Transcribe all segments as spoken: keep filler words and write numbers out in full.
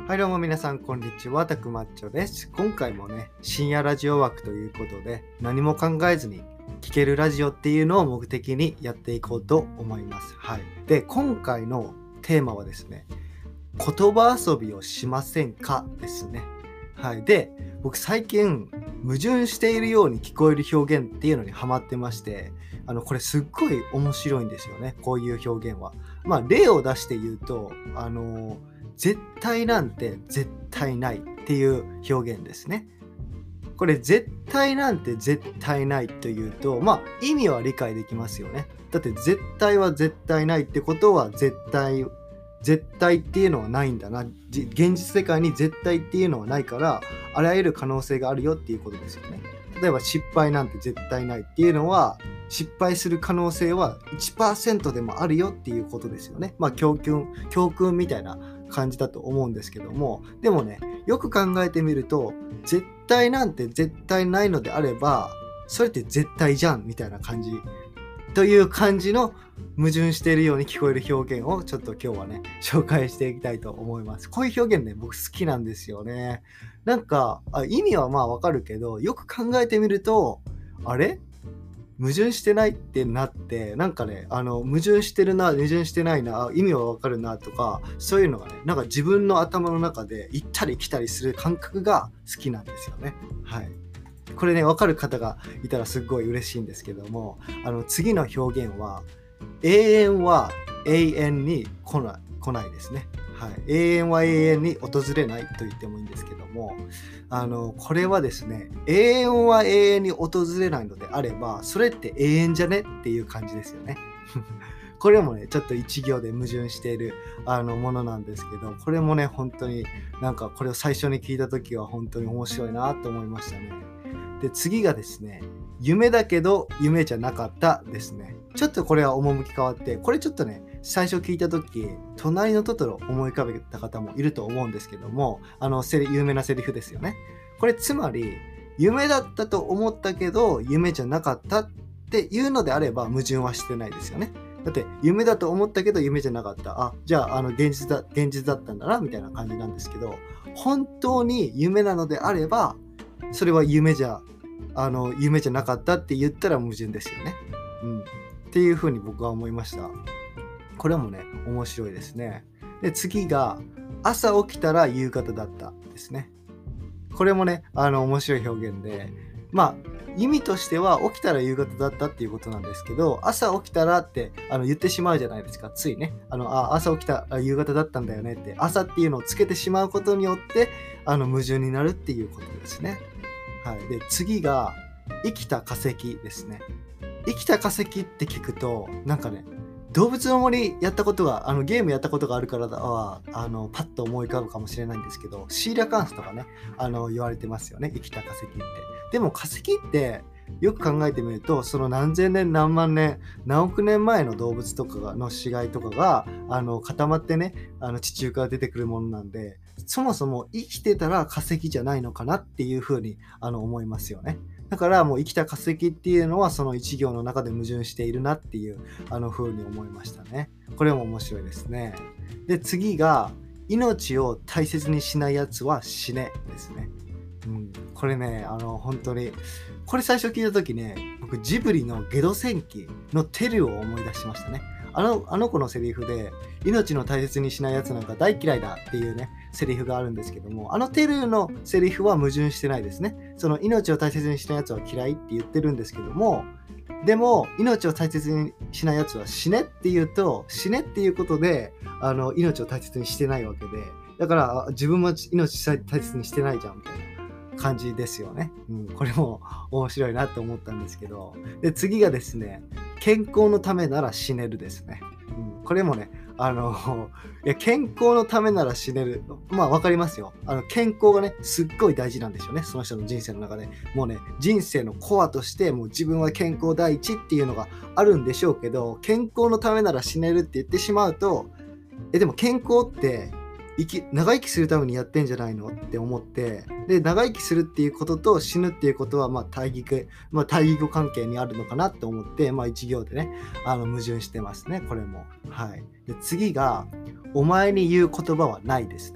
はいどうも皆さんこんにちは、たくまっちょです。今回もね、深夜ラジオ枠ということで、何も考えずに聴けるラジオっていうのを目的にやっていこうと思います。はい。で、今回のテーマはですね、言葉遊びをしませんかですね。はい。で、僕最近矛盾しているように聞こえる表現っていうのにハマってまして、あのこれすっごい面白いんですよね、こういう表現は。まあ例を出して言うと、あの絶対なんて絶対ないっていう表現ですね。これ絶対なんて絶対ないというと、まあ意味は理解できますよね。だって絶対は絶対ないってことは絶対絶対っていうのはないんだな。じ現実世界に絶対っていうのはないから、あらゆる可能性があるよっていうことですよね。例えば失敗なんて絶対ないっていうのは、失敗する可能性はいちパーセントでもあるよっていうことですよね。まあ教訓、教訓みたいな感じだと思うんですけども、でもね、よく考えてみると、絶対なんて絶対ないのであれば、それって絶対じゃんみたいな感じという感じの矛盾しているように聞こえる表現をちょっと今日はね、紹介していきたいと思います。こういう表現ね、僕好きなんですよね。なんか、あ意味はまあわかるけど、よく考えてみると、あれ矛盾してないってなって、なんかね、あの、矛盾してるな、矛盾してないな、意味はわかるなとか、そういうのがね、なんか自分の頭の中で行ったり来たりする感覚が好きなんですよね。はい。これね、わかる方がいたらすっごい嬉しいんですけども、あの、次の表現は、永遠は永遠に来ない、来ないですね。はい。永遠は永遠に訪れないと言ってもいいんですけども、あの、これはですね、永遠は永遠に訪れないのであれば、それって永遠じゃねっていう感じですよね。これもね、ちょっと一行で矛盾しているあのものなんですけど、これもね、本当になんかこれを最初に聞いた時は本当に面白いなと思いましたね。で、次がですね、夢だけど夢じゃなかったですね。ちょっとこれは趣変わって、これちょっとね、最初聞いた時、隣のトトロ思い浮かべた方もいると思うんですけども、あの、セリ有名なセリフですよね。これつまり、夢だったと思ったけど、夢じゃなかったっていうのであれば矛盾はしてないですよね。だって夢だと思ったけど夢じゃなかった。あ、じゃあ、あの現実だ、現実だったんだなみたいな感じなんですけど、本当に夢なのであれば、それは夢じゃあの夢じゃなかったって言ったら矛盾ですよね。うん、っていうふうに僕は思いました。これもね、面白いですね。で、次が朝起きたら夕方だったですね。これもね、あの面白い表現で、まあ意味としては起きたら夕方だったっていうことなんですけど、朝起きたらってあの言ってしまうじゃないですか。ついね、あのあ朝起きたら夕方だったんだよねって、朝っていうのをつけてしまうことによってあの矛盾になるっていうことですね。はい、で次が生きた化石ですね。生きた化石って聞くとなんかね、動物の森やったことがあのゲームやったことがあるからだはあのパッと思い浮かぶかもしれないんですけど、シーラカンスとかね、あの言われてますよね、生きた化石って。でも化石ってよく考えてみると、その何千年何万年何億年前の動物とかがの死骸とかがあの固まってね、あの地中から出てくるものなんで、そもそも生きてたら化石じゃないのかなっていうふうにあの思いますよね。だからもう生きた化石っていうのはその一行の中で矛盾しているなっていうあの風に思いましたね。これも面白いですね。で次が命を大切にしないやつは死ねですね。うん、これね、あの本当にこれ最初聞いた時ね、僕ジブリのゲド戦記のテルを思い出しましたね。あのあの子のセリフで命の大切にしないやつなんか大嫌いだっていうねセリフがあるんですけども、あのテルのセリフは矛盾してないですね。その命を大切にしないやつは嫌いって言ってるんですけども、でも命を大切にしないやつは死ねって言うと、死ねっていうことであの命を大切にしてないわけで、だから自分も命大切にしてないじゃんみたいな感じですよね。うん、これも面白いなと思ったんですけど、で次がですね、健康のためなら死ねるですね。うん、これもね、あのいや健康のためなら死ねる、まあ分かりますよ。あの健康がねすっごい大事なんでしょうね、その人の人生の中で。もうね、人生のコアとしてもう自分は健康第一っていうのがあるんでしょうけど、健康のためなら死ねるって言ってしまうと、えでも健康って生き長生きするためにやってんじゃないのって思って、で長生きするっていうことと死ぬっていうことはまあ対義、まあ、対義語関係にあるのかなと思って、まあ、一行でねあの矛盾してますね、これも。はい、で次がお前に言う言葉はないですね。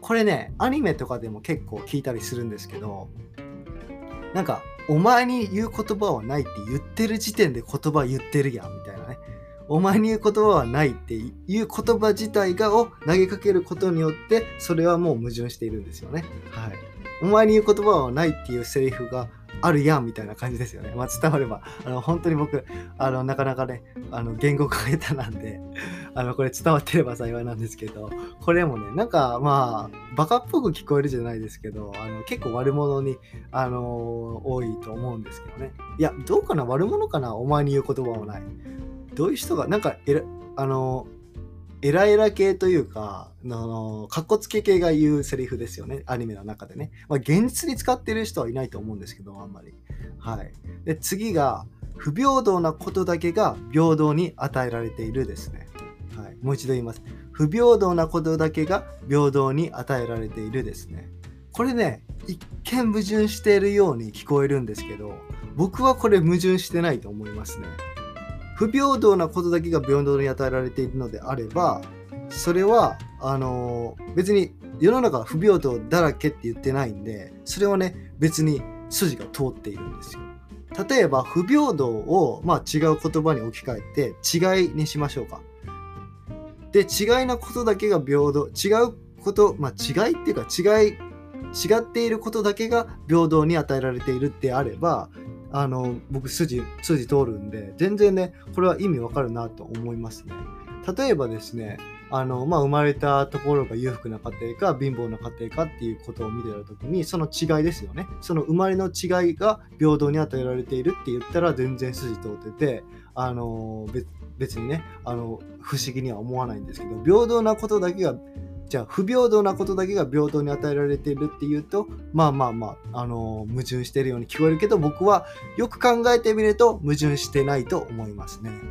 これね、アニメとかでも結構聞いたりするんですけど、なんか、お前に言う言葉はないって言ってる時点で言葉言ってるやんみたいなね。お前に言う言葉はないっていう言葉自体がを投げかけることによって、それはもう矛盾しているんですよね。はい。お前に言う言葉はないっていうセリフがあるやんみたいな感じですよね。まあ、伝われば、あの本当に僕、あのなかなかね、あの言語化下手なんで、あのこれ伝わってれば幸いなんですけど、これもね、なんかまあ、バカっぽく聞こえるじゃないですけど、あの結構悪者に、あの多いと思うんですけどね。いや、どうかな、悪者かな、お前に言う言葉はない。どういう人が、なんか、えら、あのエラエラ系というか、あの、かっこつけ系が言うセリフですよね。アニメの中でね。まあ、現実に使ってる人はいないと思うんですけど、あんまり。はい。で、次が、不平等なことだけが平等に与えられているですね。はい。もう一度言います。不平等なことだけが平等に与えられているですね。これね、一見矛盾しているように聞こえるんですけど、僕はこれ矛盾してないと思いますね。不平等なことだけが平等に与えられているのであれば、それはあのー、別に世の中は不平等だらけって言ってないんで、それはね、別に筋が通っているんですよ。例えば不平等を、まあ、違う言葉に置き換えて違いにしましょうか。で、違いなことだけが平等、違うこと、まあ、違いっていうか違い違っていることだけが平等に与えられているってあれば、あの僕筋筋通るんで、全然ね、これは意味わかるなと思いますね。例えばですね、あのまあ、生まれたところが裕福な家庭か貧乏な家庭かっていうことを見てた時に、その違いですよね。その生まれの違いが平等に与えられているって言ったら全然筋通ってて、あの別別にね、あの不思議には思わないんですけど、平等なことだけがじゃあ不平等なことだけが平等に与えられているっていうと、まあまあまあ、あのー矛盾しているように聞こえるけど、僕はよく考えてみると矛盾してないと思いますね。うん、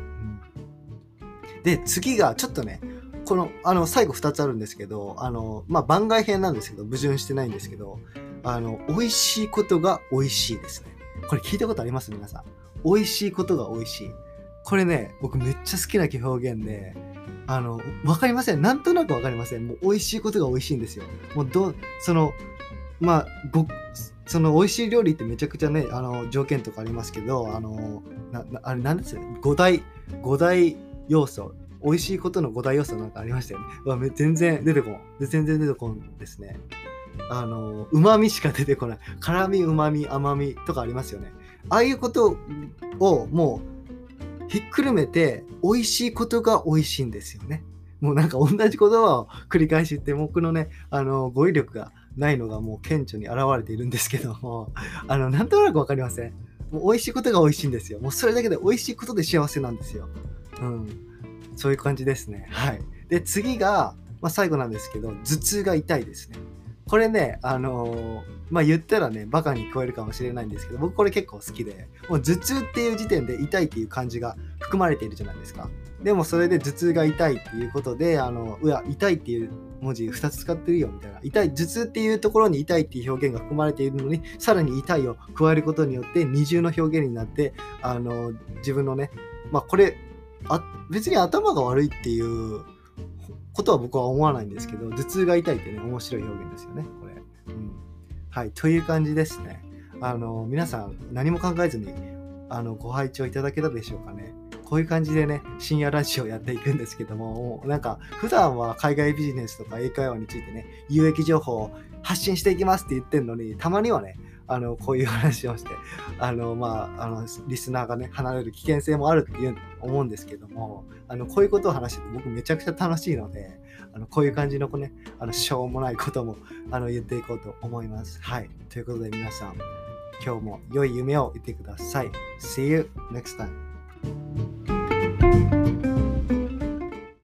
で、次がちょっとね、このあの最後ふたつあるんですけど、あのまあ番外編なんですけど、矛盾してないんですけど、あの美味しいことが美味しいですね。これ聞いたことあります皆さん。美味しいことが美味しい。これね、僕めっちゃ好きな表現で、あの、わかりません。なんとなくわかりません。もう美味しいことが美味しいんですよ。もうど、その、まあ、ご、その美味しい料理ってめちゃくちゃね、あの、条件とかありますけど、あの、な、なあれなんですよ。五大、五大要素。美味しいことの五大要素なんかありましたよね。うわ全然出てこん。全然出てこんですね。あの、旨味しか出てこない。辛味、旨味、甘みとかありますよね。ああいうことをもう、ひっくるめて美味しいことが美味しいんですよね。もうなんか同じ言葉を繰り返し言って、僕のね、あの語彙力がないのがもう顕著に現れているんですけども、あのなんとなくわかりません。もう美味しいことが美味しいんですよ。もうそれだけで美味しいことで幸せなんですよ。うん、そういう感じですね。はい。で次が、まあ、最後なんですけど、頭痛が痛いですね。これね、あのー、まあ言ったらね、バカに聞こえるかもしれないんですけど、僕これ結構好きで、もう頭痛っていう時点で痛いっていう漢字が含まれているじゃないですか。でもそれで頭痛が痛いっていうことで、あの、うわ、痛いっていう文字ふたつ使ってるよみたいな。痛い、頭痛っていうところに痛いっていう表現が含まれているのに、さらに痛いを加えることによって二重の表現になって、あの、自分のね、まあこれ、あ別に頭が悪いっていうことは僕は思わないんですけど、頭痛が痛いってね、面白い表現ですよね、これ。うん、はい、という感じですね。あの、皆さん何も考えずに、あの、ご拝聴いただけたでしょうかね。こういう感じでね、深夜ラジオやっていくんですけども、もうなんか、普段は海外ビジネスとか英会話についてね、有益情報を発信していきますって言ってるのに、たまにはね、あのこういう話をして、あのまああのリスナーがね離れる危険性もあるっていう思うんですけども、あのこういうことを話してて僕めちゃくちゃ楽しいので、あのこういう感じのね、あのしょうもないこともあの言っていこうと思います。はい、ということで皆さん、今日も良い夢を見てください。See you next time.